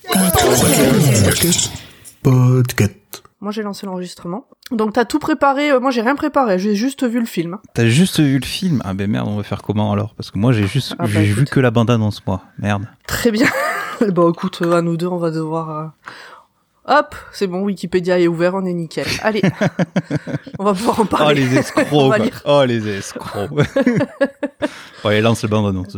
Podcast. Moi j'ai lancé l'enregistrement. Donc t'as tout préparé, moi j'ai rien préparé, j'ai juste vu le film. T'as juste vu le film? Ah ben merde, on va faire comment alors? Parce que moi j'ai vu que la bande-annonce, moi. Merde. Très bien. Bah écoute, à nous deux on va devoir... Hop, c'est bon, Wikipédia est ouvert, on est nickel. Allez, on va pouvoir en parler. Oh les escrocs, oh les escrocs. Bon, allez, lance le bande-annonce.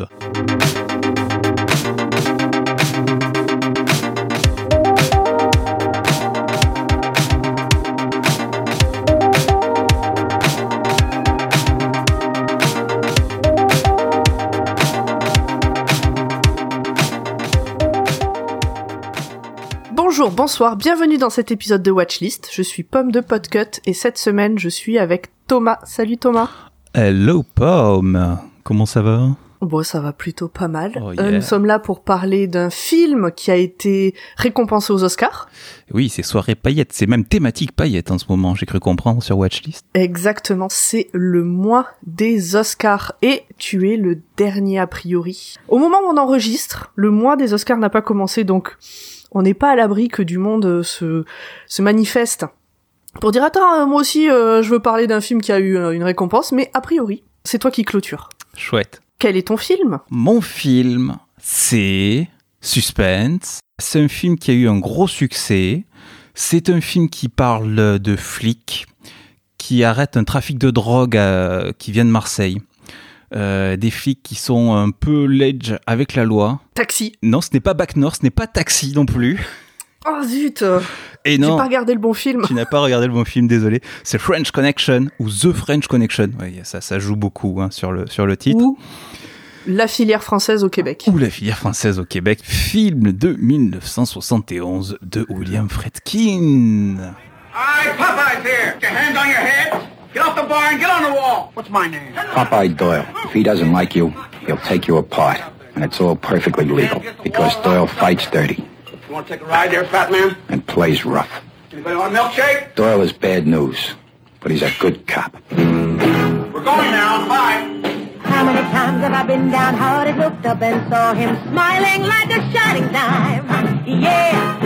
Bonjour, bonsoir, bienvenue dans cet épisode de Watchlist. Je suis Pomme de Podcut et cette semaine je suis avec Thomas. Salut Thomas. Hello Pomme, comment ça va? Bon, ça va plutôt pas mal. Oh, yeah. Nous sommes là pour parler d'un film qui a été récompensé aux Oscars. Oui, c'est soirée paillettes, c'est même thématique paillettes en ce moment, j'ai cru comprendre sur Watchlist. Exactement, c'est le mois des Oscars et tu es le dernier a priori. Au moment où on enregistre, le mois des Oscars n'a pas commencé, donc on n'est pas à l'abri que du monde se manifeste pour dire « Attends, moi aussi, je veux parler d'un film qui a eu une récompense », mais a priori, c'est toi qui clôture. Chouette. Quel est ton film ? Mon film, c'est Suspense. C'est un film qui a eu un gros succès. C'est un film qui parle de flics qui arrêtent un trafic de drogue qui vient de Marseille. Des flics qui sont un peu ledge avec la loi. Taxi. Non, ce n'est pas Bac Nord, ce n'est pas Taxi non plus. Oh zut. Et non, j'ai pas regardé le bon film. Tu n'as pas regardé le bon film, désolé. C'est French Connection ou The French Connection. Oui, ça joue beaucoup sur le titre. Ou La filière française au Québec. Ou La filière française au Québec. Film de 1971 de William Friedkin. All right, Popeye's here. Get your hands on your head. Get off the bar and get on the wall. What's my name? Popeye Doyle. If he doesn't like you, he'll take you apart. And it's all perfectly legal, because Doyle fights dirty. You want to take a ride there, fat man? And plays rough. Anybody want a milkshake? Doyle is bad news, but he's a good cop. We're going now. Bye. How many times have I been downhearted, looked up and saw him smiling like a shining dime? Yeah.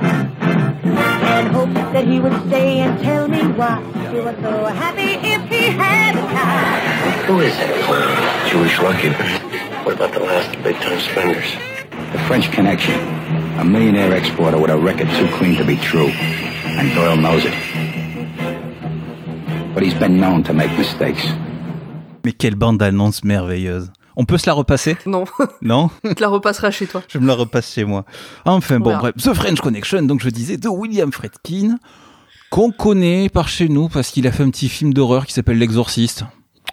And hoped that he would stay and tell me why he was so happy if he had the time. Who is it? Jewish lucky. What about the last big time spenders? The French Connection. A millionaire exporter with a record too clean to be true. And Doyle knows it. But he's been known to make mistakes. Mais quelle bande-annonce merveilleuse. On peut se la repasser ? Non. Non ? Tu te la repasseras chez toi. Je me la repasse chez moi. Enfin bon, bref, The French Connection, donc je disais, de William Friedkin, qu'on connaît par chez nous parce qu'il a fait un petit film d'horreur qui s'appelle L'Exorciste.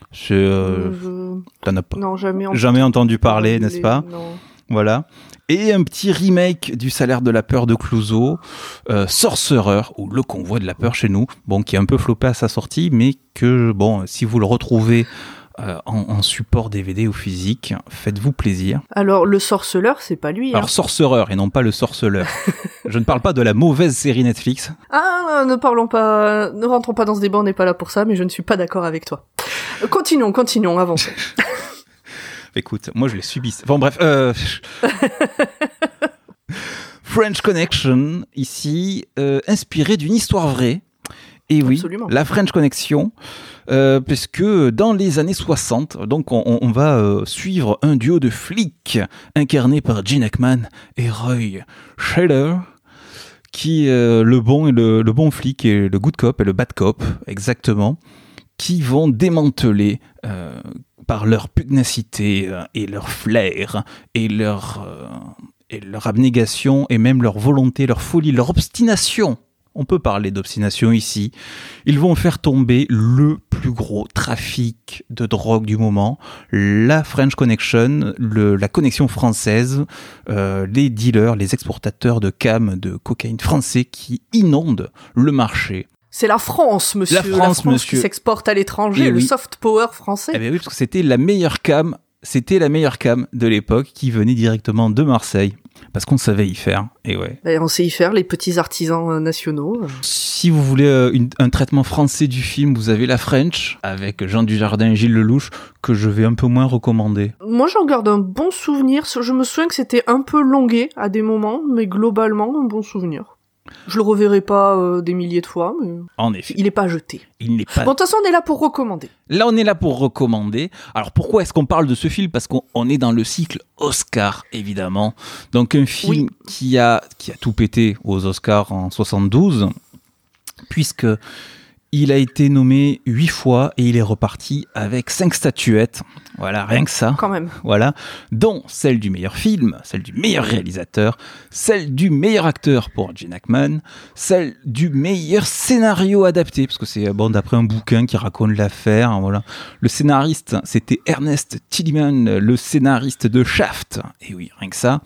T'en as pas. Non, jamais entendu parler, n'est-ce pas ? Non. Voilà. Et un petit remake du Salaire de la peur de Clouseau, Sorcerer, ou Le Convoi de la peur chez nous, bon, qui est un peu floppé à sa sortie, mais que, bon, si vous le retrouvez en support DVD ou physique, faites-vous plaisir. Alors, le sorceleur, c'est pas lui. Alors, Sorcerer, et non pas le sorceleur. Je ne parle pas de la mauvaise série Netflix. Ah, ne rentrons pas dans ce débat, on n'est pas là pour ça, mais je ne suis pas d'accord avec toi. Continuons, avancez. Écoute, moi je l'ai subi. Bon bref, French Connection, ici, inspiré d'une histoire vraie. Et oui, absolument. La French Connection, puisque dans les années 60, donc on va suivre un duo de flics incarné par Gene Hackman et Roy Scheider, qui le bon flic et le good cop et le bad cop, exactement, qui vont démanteler par leur pugnacité et leur flair et leur abnégation et même leur volonté, leur folie, leur obstination. On peut parler d'obstination ici. Ils vont faire tomber le plus gros trafic de drogue du moment, la French Connection, la connexion française, les dealers, les exportateurs de de cocaïne français qui inondent le marché. C'est la France, monsieur. La France qui s'exporte à l'étranger, le soft power français. Eh bien oui, parce que c'était la meilleure cam de l'époque qui venait directement de Marseille. Parce qu'on savait y faire, et ouais. Et on sait y faire, les petits artisans nationaux. Si vous voulez un traitement français du film, vous avez La French, avec Jean Dujardin et Gilles Lelouch, que je vais un peu moins recommander. Moi, j'en garde un bon souvenir. Je me souviens que c'était un peu longué à des moments, mais globalement, un bon souvenir. Je le reverrai pas des milliers de fois, mais En effet. il est pas jeté. Il n'est pas... Bon, de toute façon, on est là pour recommander. Là, on est là pour recommander. Alors, pourquoi est-ce qu'on parle de ce film ? Parce qu'on est dans le cycle Oscar, évidemment. Donc, un film qui a tout pété aux Oscars en 72, puisque il a été nommé 8 fois et il est reparti avec 5 statuettes. Voilà, rien que ça. Quand même. Voilà, dont celle du meilleur film, celle du meilleur réalisateur, celle du meilleur acteur pour Gene Hackman, celle du meilleur scénario adapté, parce que c'est d'après un bouquin qui raconte l'affaire. Voilà. Le scénariste, c'était Ernest Tillman, le scénariste de Shaft. Et oui, rien que ça.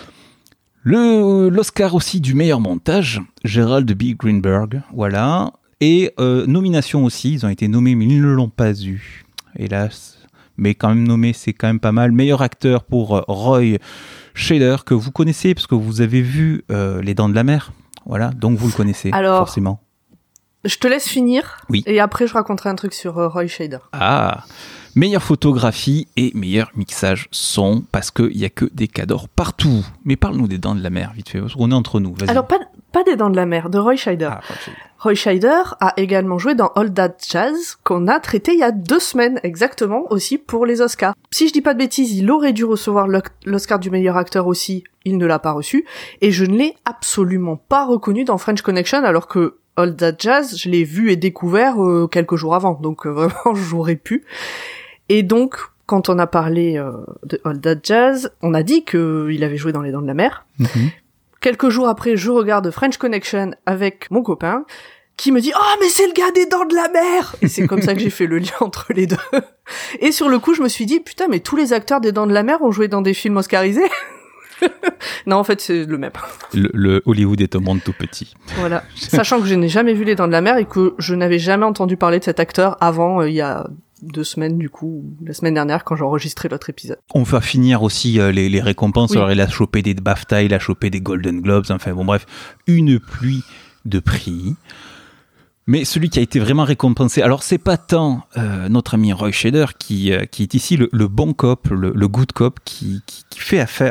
L'Oscar aussi du meilleur montage, Gerald B. Greenberg. Voilà. Et nomination aussi, ils ont été nommés, mais ils ne l'ont pas eu, hélas. Mais quand même nommé, c'est quand même pas mal. Meilleur acteur pour Roy Scheider, que vous connaissez, parce que vous avez vu Les Dents de la Mer. Voilà, donc vous le connaissez, forcément. Je te laisse finir, oui. Et après je raconterai un truc sur Roy Scheider. Ah, meilleure photographie et meilleur mixage son, parce qu'il n'y a que des cadors partout. Mais parle-nous des Dents de la Mer, vite fait, parce qu'on est entre nous, vas-y. Alors, pas des Dents de la Mer, de Roy Scheider. Ah, Roy Scheider. Roy Scheider a également joué dans All That Jazz, qu'on a traité il y a 2 semaines, exactement, aussi pour les Oscars. Si je dis pas de bêtises, il aurait dû recevoir l'Oscar du meilleur acteur aussi, il ne l'a pas reçu, et je ne l'ai absolument pas reconnu dans French Connection, alors que All That Jazz, je l'ai vu et découvert quelques jours avant, donc vraiment, j'aurais pu. Et donc, quand on a parlé de All That Jazz, on a dit qu'il avait joué dans Les Dents de la Mer. Mm-hmm. Quelques jours après, je regarde French Connection avec mon copain, qui me dit « Oh, mais c'est le gars des Dents de la Mer !» Et c'est comme ça que j'ai fait le lien entre les deux. Et sur le coup, je me suis dit « Putain, mais tous les acteurs des Dents de la Mer ont joué dans des films oscarisés ?» Non, en fait, c'est le même. Le Hollywood est un monde tout petit. Voilà. Sachant que je n'ai jamais vu Les Dents de la Mer et que je n'avais jamais entendu parler de cet acteur avant, il y a 2 semaines du coup, la semaine dernière quand j'ai enregistré l'autre épisode. On va finir aussi les récompenses. Oui. Alors il a chopé des BAFTA, il a chopé des Golden Globes, enfin bon bref, une pluie de prix. Mais celui qui a été vraiment récompensé, alors c'est pas tant notre ami Roy Scheider qui est ici le bon cop, le good cop qui fait affaire,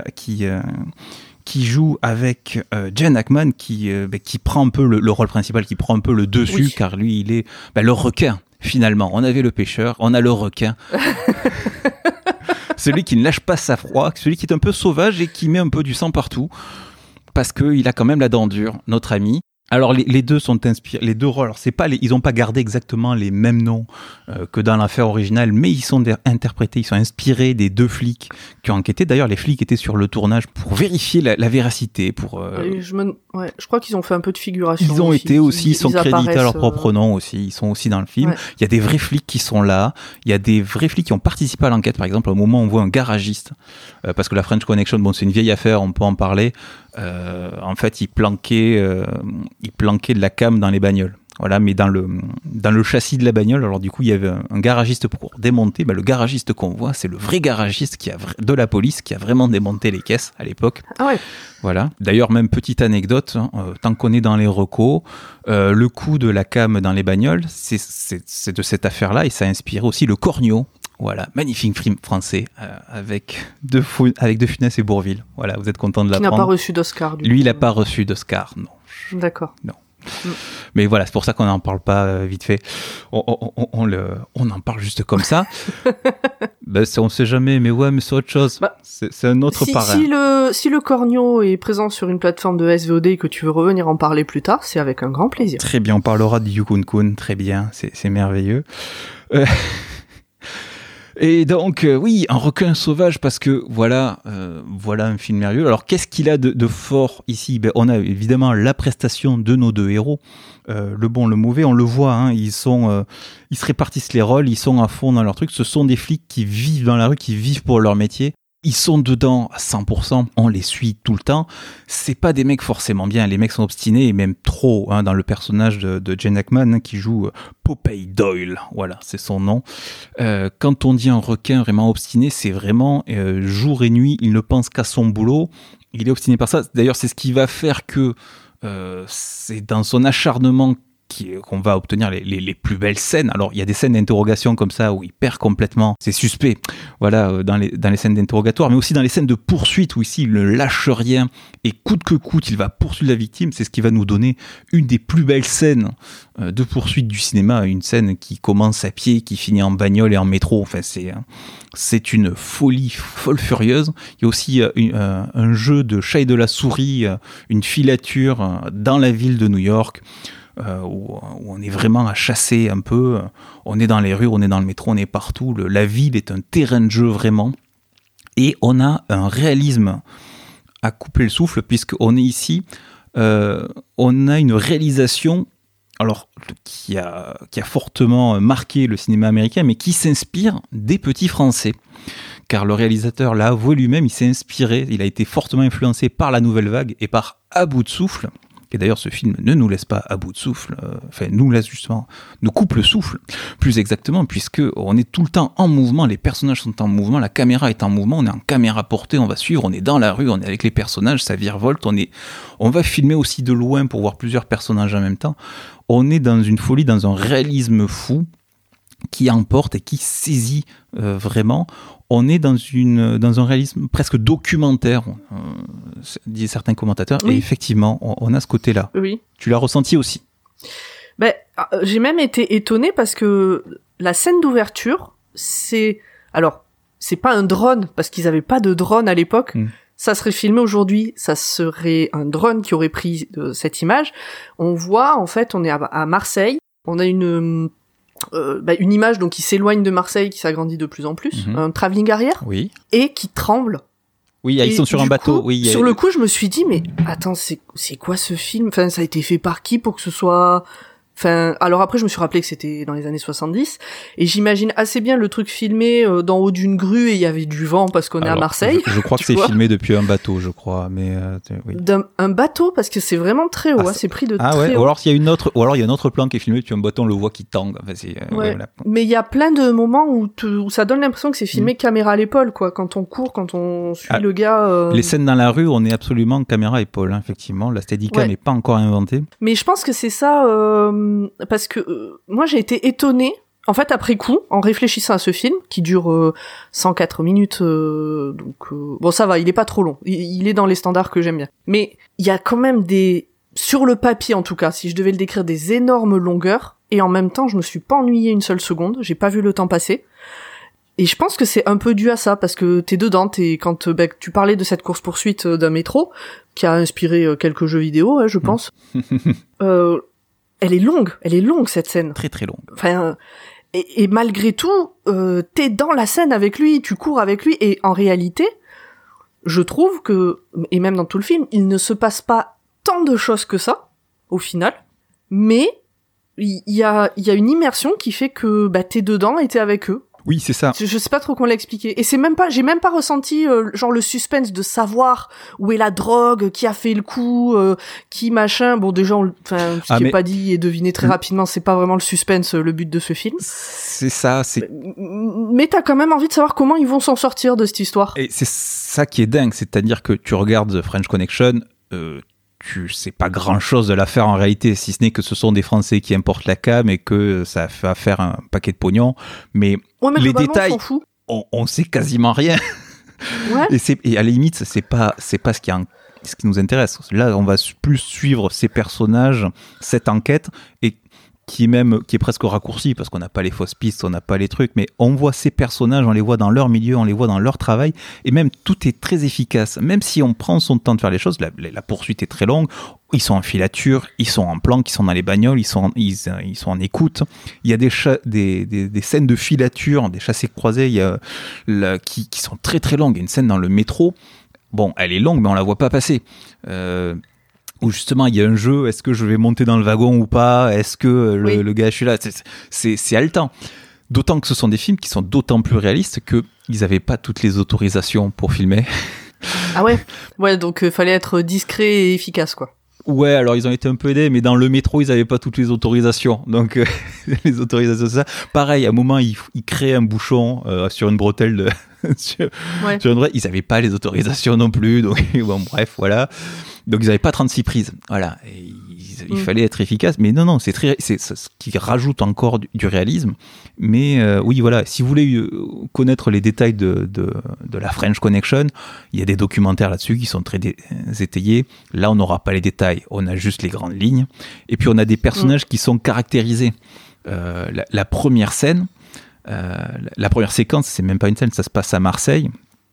qui joue avec Gene Hackman qui prend un peu le rôle principal, qui prend un peu le dessus, oui. Car lui il est le requin. Finalement, on avait le pêcheur, on a le requin. Celui qui ne lâche pas sa proie, celui qui est un peu sauvage et qui met un peu du sang partout, parce qu'il a quand même la dent dure, notre ami. Alors les deux sont inspirés, les deux rôles. Alors c'est pas ils ont pas gardé exactement les mêmes noms que dans l'affaire originale, mais ils sont interprétés, ils sont inspirés des 2 flics qui ont enquêté. D'ailleurs, les flics étaient sur le tournage pour vérifier la véracité. Je crois qu'ils ont fait un peu de figuration. Ils ont été aussi, ils sont crédités à leur apparaissent, propre nom aussi. Ils sont aussi dans le film. Ouais. Il y a des vrais flics qui sont là. Il y a des vrais flics qui ont participé à l'enquête. Par exemple, au moment où on voit un garagiste, parce que la French Connection, bon, c'est une vieille affaire, on peut en parler. En fait, il planquait de la cam dans les bagnoles. Voilà, mais dans le châssis de la bagnole. Alors du coup, il y avait un garagiste pour démonter. Le garagiste qu'on voit, c'est le vrai garagiste de la police qui a vraiment démonté les caisses à l'époque. Ah ouais. Voilà. D'ailleurs, même petite anecdote, tant qu'on est dans les recos, le coup de la cam dans les bagnoles, c'est de cette affaire-là, et ça a inspiré aussi le Cornio. Voilà, magnifique film français avec De Funès et Bourvil. Voilà, vous êtes content de l'apprendre. Qui n'a pas reçu d'Oscar. Lui, il n'a pas reçu d'Oscar, non. D'accord. Non. Mais voilà, c'est pour ça qu'on n'en parle pas vite fait. On en parle juste comme ça. On ne sait jamais, mais ouais, mais c'est autre chose. C'est un autre parrain. Si le Cornio est présent sur une plateforme de SVOD et que tu veux revenir en parler plus tard, c'est avec un grand plaisir. Très bien, on parlera de Yukon Kun, très bien, c'est merveilleux. Et donc, oui, un requin sauvage, parce que voilà un film merveilleux. Alors, qu'est-ce qu'il a de fort ici ? On a évidemment la prestation de nos 2 héros, le bon, le mauvais. On le voit, ils se répartissent les rôles, ils sont à fond dans leur truc. Ce sont des flics qui vivent dans la rue, qui vivent pour leur métier. Ils sont dedans à 100%, on les suit tout le temps. C'est pas des mecs forcément bien, les mecs sont obstinés, et même trop, dans le personnage de Gene Hackman qui joue Popeye Doyle, voilà, c'est son nom. Quand on dit un requin vraiment obstiné, c'est vraiment jour et nuit, il ne pense qu'à son boulot. Il est obstiné par ça. D'ailleurs, c'est ce qui va faire que c'est dans son acharnement qu'on va obtenir les plus belles scènes. Alors, il y a des scènes d'interrogation comme ça où il perd complètement. C'est suspect, voilà, dans les scènes d'interrogatoire, mais aussi dans les scènes de poursuite où ici, il ne lâche rien et coûte que coûte, il va poursuivre la victime. C'est ce qui va nous donner une des plus belles scènes de poursuite du cinéma, une scène qui commence à pied, qui finit en bagnole et en métro. Enfin, c'est une folie folle furieuse. Il y a aussi un jeu de chat et de la souris, une filature dans la ville de New York. Où on est vraiment à chasser un peu, on est dans les rues, on est dans le métro, on est partout, la ville est un terrain de jeu vraiment, et on a un réalisme à couper le souffle, puisqu'on est ici, on a une réalisation alors, qui a fortement marqué le cinéma américain, mais qui s'inspire des petits Français. Car le réalisateur l'a avoué lui-même, il s'est inspiré, il a été fortement influencé par la Nouvelle Vague et par À bout de souffle. Et d'ailleurs, ce film ne nous laisse pas à bout de souffle, nous laisse justement, nous coupe le souffle, plus exactement, puisqu'on est tout le temps en mouvement, les personnages sont en mouvement, la caméra est en mouvement, on est en caméra portée, on va suivre, on est dans la rue, on est avec les personnages, ça virevolte, on va filmer aussi de loin pour voir plusieurs personnages en même temps. On est dans une folie, dans un réalisme fou qui emporte et qui saisit vraiment. On est dans un réalisme presque documentaire, disent certains commentateurs, oui. Et effectivement, on a ce côté-là. Oui. Tu l'as ressenti aussi? Ben, j'ai même été étonnée parce que la scène d'ouverture, c'est pas un drone, parce qu'ils avaient pas de drone à l'époque. Ça serait filmé aujourd'hui, ça serait un drone qui aurait pris cette image. On voit, en fait, on est à Marseille, on a une image donc qui s'éloigne de Marseille, qui s'agrandit de plus en plus, un travelling arrière, oui, et qui tremble. Oui, ils sont sur un bateau. Coup, sur le coup, je me suis dit, mais attends, c'est quoi ce film? Enfin, ça a été fait par qui pour que ce soit... Enfin, alors après, je me suis rappelé que c'était dans les années 70, et j'imagine assez bien le truc filmé d'en haut d'une grue, et il y avait du vent parce qu'on est à Marseille. Je crois que c'est filmé depuis un bateau, je crois, mais oui. Un bateau, parce que c'est vraiment très haut, c'est pris de très haut. Ou alors il y a un autre plan qui est filmé depuis un bateau, on le voit qui tangue. Enfin, voilà. Mais il y a plein de moments où ça donne l'impression que c'est filmé caméra à l'épaule, quoi. Quand on court, quand on suit le gars. Les scènes dans la rue, on est absolument caméra à épaule, hein, effectivement. La Steadicam n'est pas encore inventée. Mais je pense que c'est ça, parce que moi j'ai été étonnée, en fait après coup, en réfléchissant à ce film, qui dure 104 minutes, bon ça va, il est pas trop long, il est dans les standards que j'aime bien. Mais il y a quand même sur le papier en tout cas, si je devais le décrire, des énormes longueurs, et en même temps je me suis pas ennuyée une seule seconde, j'ai pas vu le temps passer. Et je pense que c'est un peu dû à ça, parce que t'es dedans, quand tu parlais de cette course-poursuite d'un métro, qui a inspiré quelques jeux vidéo, je pense. Elle est longue cette scène. Très très longue. Enfin, et malgré tout, t'es dans la scène avec lui, tu cours avec lui, et en réalité, je trouve que, et même dans tout le film, il ne se passe pas tant de choses que ça, au final, mais il y a une immersion qui fait que t'es dedans et t'es avec eux. Oui, c'est ça. Je sais pas trop comment l'expliquer. Et j'ai même pas ressenti genre le suspense de savoir où est la drogue, qui a fait le coup, qui machin. Bon, déjà, ce qui est pas dit et deviné très rapidement, c'est pas vraiment le suspense, le but de ce film. C'est ça, Mais t'as quand même envie de savoir comment ils vont s'en sortir de cette histoire. Et c'est ça qui est dingue, c'est-à-dire que tu regardes The French Connection, tu sais pas grand-chose de l'affaire en réalité, si ce n'est que ce sont des Français qui importent la cam et que ça va faire un paquet de pognon. Mais les détails, on sait quasiment rien. Ouais. Et à la limite, c'est pas ce qui nous intéresse. Là, on va plus suivre ces personnages, cette enquête, et qui est presque raccourci parce qu'on n'a pas les fausses pistes, on n'a pas les trucs, mais on voit ces personnages, on les voit dans leur milieu, on les voit dans leur travail, et même tout est très efficace. Même si on prend son temps de faire les choses, la poursuite est très longue, ils sont en filature, ils sont en planque, ils sont dans les bagnoles, ils sont en écoute. Il y a des scènes de filature, des chassés-croisés qui sont très très longues. Il y a une scène dans le métro, bon, elle est longue, mais on la voit pas passer. Où justement il y a un jeu, est-ce que je vais monter dans le wagon ou pas, est-ce que le gars je suis là, c'est haletant. D'autant que ce sont des films qui sont d'autant plus réalistes qu'ils n'avaient pas toutes les autorisations pour filmer. Ah ouais, donc fallait être discret et efficace quoi. Ouais, alors ils ont été un peu aidés, mais dans le métro, ils n'avaient pas toutes les autorisations. Donc, les autorisations, ça. Pareil, à un moment, ils créent un bouchon sur une bretelle de... sur une bretelle. Ils n'avaient pas les autorisations non plus. Donc, bon, bref, voilà. Donc, ils n'avaient pas 36 prises. Voilà. Et il fallait être efficace. Mais non, c'est ce qui rajoute encore du réalisme. Mais oui, voilà. Si vous voulez connaître les détails de la French Connection, il y a des documentaires là-dessus qui sont très étayés. Là, on n'aura pas les détails. On a juste les grandes lignes. Et puis, on a des personnages qui sont caractérisés. La première scène, la première séquence, c'est même pas une scène, ça se passe à Marseille.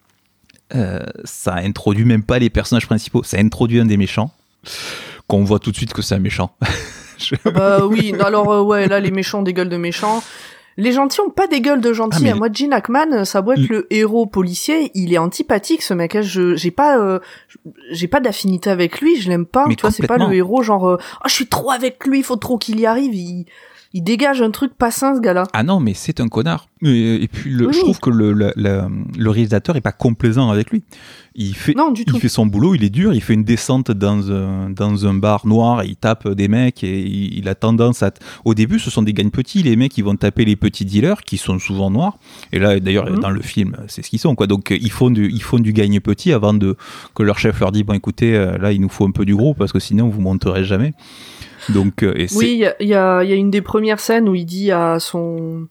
Ça introduit même pas les personnages principaux. Ça introduit un des méchants. Qu'on voit tout de suite que c'est un méchant. Bah oui, alors ouais, là les méchants ont des gueules de méchants. Les gentils ont pas des gueules de gentils. Moi, Gene Hackman, ça doit être le héros policier. Il est antipathique, ce mec. J'ai pas d'affinité avec lui. Je l'aime pas. Mais tu vois, c'est pas le héros genre. Je suis trop avec lui. Il faut trop qu'il y arrive. Il dégage un truc pas sain, ce gars-là. Ah non, mais c'est un connard. Et puis, je trouve que le réalisateur est pas complaisant avec lui. Il fait son boulot, il est dur, il fait une descente dans un bar noir, et il tape des mecs, et il a tendance à... Au début, ce sont des gangs petits, les mecs, ils vont taper les petits dealers, qui sont souvent noirs. Et là, d'ailleurs, dans le film, c'est ce qu'ils sont, quoi. Donc, ils font du gagne petit avant que leur chef leur dit, bon, écoutez, là, il nous faut un peu du gros, parce que sinon, vous monterez jamais. Donc, oui, il y a une des premières scènes où il dit à son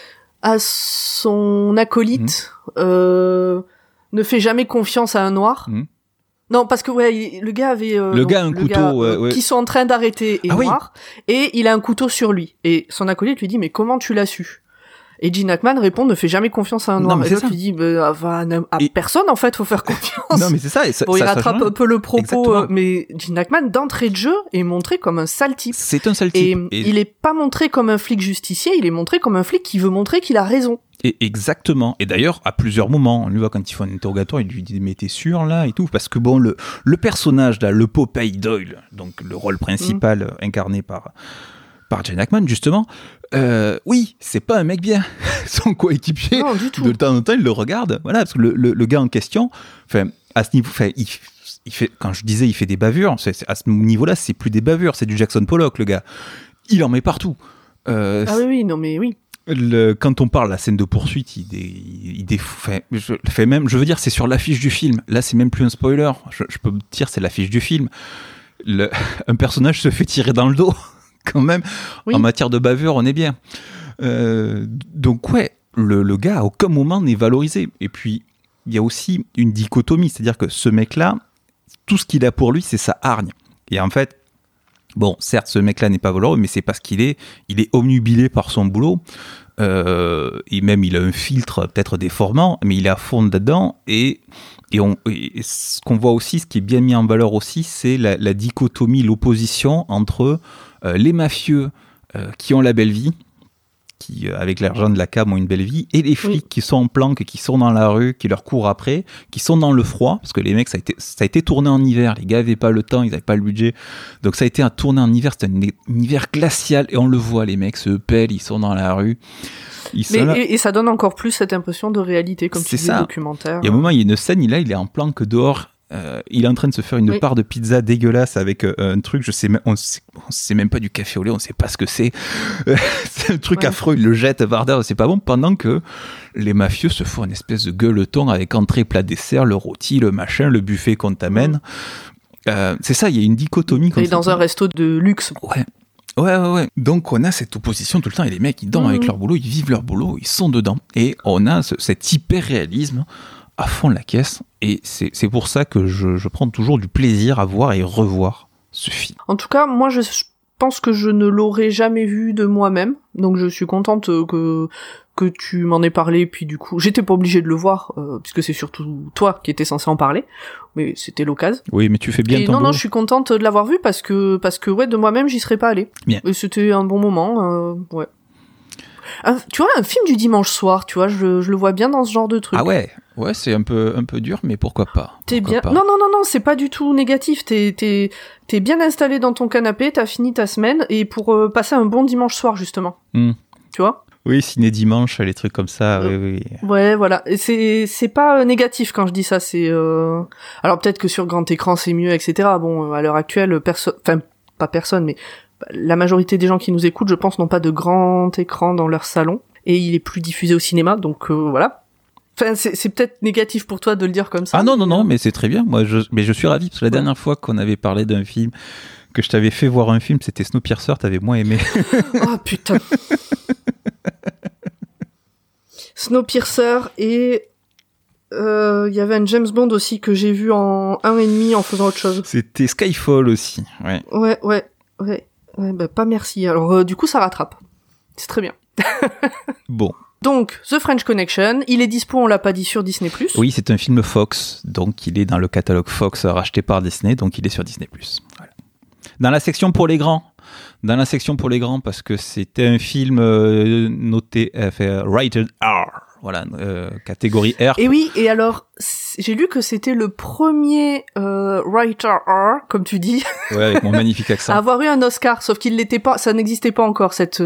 acolyte, ne fais jamais confiance à un noir. Non, parce que le gars avait le gars a un couteau qui sont en train d'arrêter est noir et il a un couteau sur lui et son acolyte lui dit mais comment tu l'as su? Et Gene Hackman répond ne fais jamais confiance à un noir. Et l'autre lui dit personne en fait, faut faire confiance. Non mais c'est ça. Et ça il rattrape un peu le propos, mais Gene Hackman d'entrée de jeu est montré comme un sale type. C'est un sale type. Et il est pas montré comme un flic justicier, il est montré comme un flic qui veut montrer qu'il a raison. Et exactement. Et d'ailleurs, à plusieurs moments, on lui voit quand il fait un interrogatoire, il lui dit mais t'es sûr là et tout, parce que bon le personnage là, le Popeye Doyle, donc le rôle principal incarné par Gene Hackman justement. Oui, c'est pas un mec bien. Son coéquipier, non, du tout. de temps en temps, il le regarde. Voilà, parce que le gars en question, à ce niveau, il fait, quand je disais, il fait des bavures. À ce niveau-là, c'est plus des bavures, c'est du Jackson Pollock, le gars. Il en met partout. Oui, non mais oui. Quand on parle de la scène de poursuite, je veux dire, c'est sur l'affiche du film. Là, c'est même plus un spoiler. Je peux me dire, c'est l'affiche du film. Un personnage se fait tirer dans le dos. Quand même, en matière de bavure, on est bien. Donc ouais, le gars à aucun moment n'est valorisé. Et puis, il y a aussi une dichotomie, c'est-à-dire que ce mec-là, tout ce qu'il a pour lui, c'est sa hargne. Et en fait, bon, certes, ce mec-là n'est pas valeureux, mais c'est parce qu'il est obnubilé par son boulot. Et même, il a un filtre peut-être déformant, mais il est à fond dedans. Et ce qu'on voit aussi, ce qui est bien mis en valeur aussi, c'est la dichotomie, l'opposition entre les mafieux qui ont la belle vie, qui avec l'argent de la cam ont une belle vie, et les flics qui sont en planque, qui sont dans la rue, qui leur courent après, qui sont dans le froid, parce que les mecs, ça a été tourné en hiver, les gars n'avaient pas le temps, ils n'avaient pas le budget, donc ça a été tourné en hiver, c'était un hiver glacial, et on le voit, les mecs se pèlent, ils sont dans la rue. Et ça donne encore plus cette impression de réalité, comme tu disais, documentaire. Il y a un moment, il y a une scène, il est en planque dehors, il est en train de se faire une part de pizza dégueulasse avec un truc, on sait même pas du café au lait, on sait pas ce que c'est. C'est un truc affreux, il le jette par terre, c'est pas bon, pendant que les mafieux se font une espèce de gueuleton avec entrée, plat, dessert, le rôti, le machin, le buffet qu'on t'amène. C'est ça, il y a une dichotomie comme ça. Et dans un resto de luxe. Ouais. Donc on a cette opposition tout le temps, et les mecs ils dorment avec leur boulot, ils vivent leur boulot, ils sont dedans, et on a cet hyper-réalisme à fond de la caisse, et c'est pour ça que je prends toujours du plaisir à voir et revoir ce film. En tout cas, moi je pense que je ne l'aurais jamais vu de moi-même, donc je suis contente que tu m'en aies parlé, puis du coup, j'étais pas obligée de le voir, puisque c'est surtout toi qui étais censé en parler, mais c'était l'occasion. Oui, mais tu fais bien ton boulot. Non, je suis contente de l'avoir vu, parce que ouais, de moi-même, j'y serais pas allée. Bien. Et c'était un bon moment, ouais. Tu vois, un film du dimanche soir, tu vois, je le vois bien dans ce genre de truc. Ah ouais, c'est un peu dur, mais pourquoi pas. Non, c'est pas du tout négatif. T'es bien installé dans ton canapé, t'as fini ta semaine, et pour passer un bon dimanche soir, justement. Tu vois ? Oui, ciné dimanche, les trucs comme ça. Oui. Ouais, voilà. Et c'est pas négatif quand je dis ça. C'est alors peut-être que sur grand écran c'est mieux, etc. Bon, à l'heure actuelle, pas personne, mais la majorité des gens qui nous écoutent, je pense, n'ont pas de grand écran dans leur salon, et il est plus diffusé au cinéma, donc voilà. Enfin, c'est peut-être négatif pour toi de le dire comme ça. Ah non, mais c'est très bien. Moi, je suis ravi parce que la dernière fois qu'on avait parlé d'un film, que je t'avais fait voir un film, c'était Snowpiercer, t'avais moins aimé. Oh putain. Snowpiercer, et il y avait un James Bond aussi que j'ai vu en 1,5 en faisant autre chose. C'était Skyfall aussi. Ouais. Ouais, bah pas merci. Alors du coup ça rattrape. C'est très bien. Bon. Donc, The French Connection, il est dispo, on l'a pas dit, sur Disney+. Oui, c'est un film Fox, donc il est dans le catalogue Fox racheté par Disney, donc il est sur Disney+. Voilà. Dans la section pour les grands, parce que c'était un film noté rated R, voilà, catégorie R. Et oui, et alors, j'ai lu que c'était le premier writer R, comme tu dis, ouais, avec mon magnifique accent, à avoir eu un Oscar, sauf qu'il l'était pas, ça n'existait pas encore cette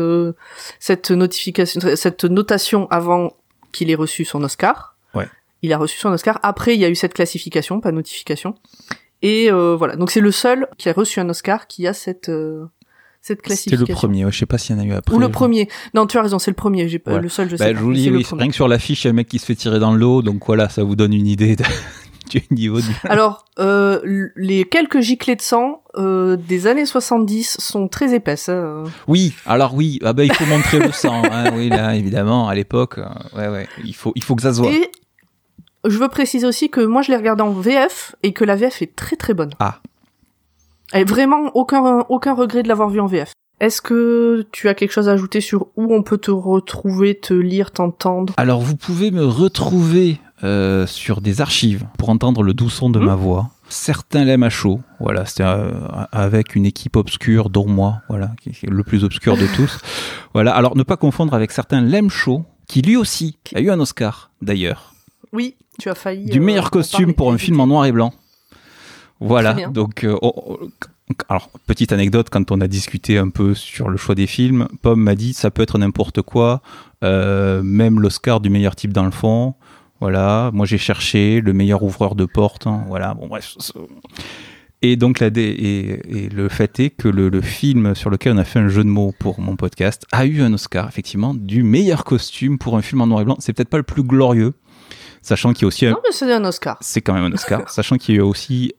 notation avant qu'il ait reçu son Oscar. Ouais. Il a reçu son Oscar. Après, il y a eu cette classification, pas notification. Et voilà, donc c'est le seul qui a reçu un Oscar qui a cette classification. C'était le premier, ouais, je sais pas s'il y en a eu après. Ou le premier. Non, tu as raison, c'est le premier. Ouais. Le seul, je sais pas. Je vous dis, oui, rien que sur l'affiche, il y a un mec qui se fait tirer dans le lot, donc voilà, ça vous donne une idée du niveau du... Alors, les quelques giclées de sang des années 70 sont très épaisses. Oui, alors oui, il faut montrer le sang. Hein, oui, là, évidemment, à l'époque, il faut que ça se voit. Et je veux préciser aussi que moi, je l'ai regardé en VF et que la VF est très très bonne. Ah. Et vraiment, aucun regret de l'avoir vu en VF. Est-ce que tu as quelque chose à ajouter sur où on peut te retrouver, te lire, t'entendre ? Alors, vous pouvez me retrouver sur des archives pour entendre le doux son de ma voix. Certains l'aiment à chaud, voilà, c'était avec une équipe obscure, dont moi, voilà, qui est le plus obscur de tous. Voilà, alors ne pas confondre avec certains l'aiment chaud, qui lui aussi a eu un Oscar, d'ailleurs. Oui, tu as failli... Du meilleur costume pour un film en noir et blanc. Voilà, donc... alors, petite anecdote, quand on a discuté un peu sur le choix des films, Pomme m'a dit, ça peut être n'importe quoi, même l'Oscar du meilleur type dans le fond. Voilà, moi j'ai cherché le meilleur ouvreur de porte, hein, voilà, bon bref. Et donc et le fait est que le film sur lequel on a fait un jeu de mots pour mon podcast a eu un Oscar, effectivement, du meilleur costume pour un film en noir et blanc. C'est peut-être pas le plus glorieux, sachant qu'il y a aussi... Non, mais c'est un Oscar. C'est quand même un Oscar, sachant qu'il y a aussi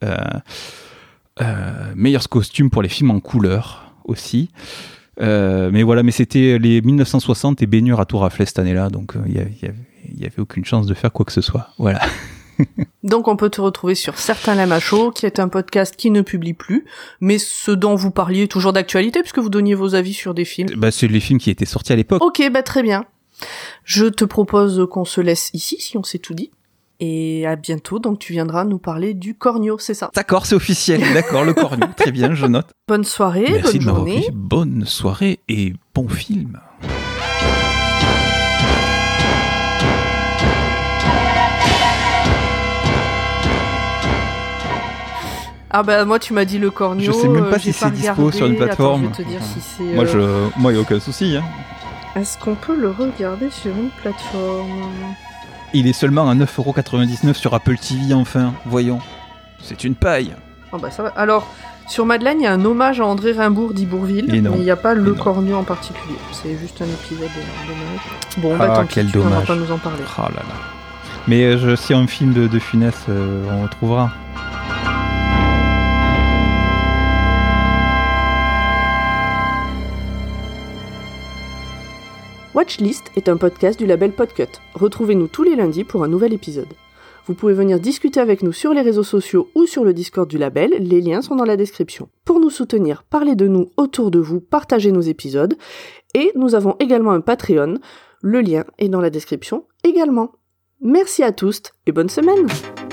meilleur costume pour les films en couleur aussi. Mais voilà, mais c'était les 1960 et baignure à tout rafler cette année-là, donc il y avait aucune chance de faire quoi que ce soit. Voilà. Donc on peut te retrouver sur Certains l'aiment à chaud, qui est un podcast qui ne publie plus, mais ce dont vous parliez est toujours d'actualité, puisque vous donniez vos avis sur des films. C'est les films qui étaient sortis à l'époque. Ok, très bien. Je te propose qu'on se laisse ici, si on s'est tout dit. Et à bientôt, donc tu viendras nous parler du corneau, c'est ça ? D'accord, c'est officiel, d'accord, le corneau, très bien, je note. Bonne soirée, merci bonne journée. Bonne soirée et bon film. Ah moi tu m'as dit le corneau. Je sais même pas si c'est dispo sur une plateforme. Attends, je vais te dire si c'est, Moi, il n'y a aucun souci. Hein. Est-ce qu'on peut le regarder sur une plateforme ? Il est seulement à 9,99€ sur Apple TV, enfin. Voyons. C'est une paille. Ça va. Alors, sur Madeleine, il y a un hommage à André Rimbaud d'Ibourville, mais il n'y a pas le corneau en particulier. C'est juste un épisode dommage. Bon, tant pis, on va pas nous en parler. Oh là là. Mais si un film de Funès, on le trouvera. Watchlist est un podcast du label Podcut. Retrouvez-nous tous les lundis pour un nouvel épisode. Vous pouvez venir discuter avec nous sur les réseaux sociaux ou sur le Discord du label, les liens sont dans la description. Pour nous soutenir, parlez de nous autour de vous, partagez nos épisodes, et nous avons également un Patreon, le lien est dans la description également. Merci à tous et bonne semaine!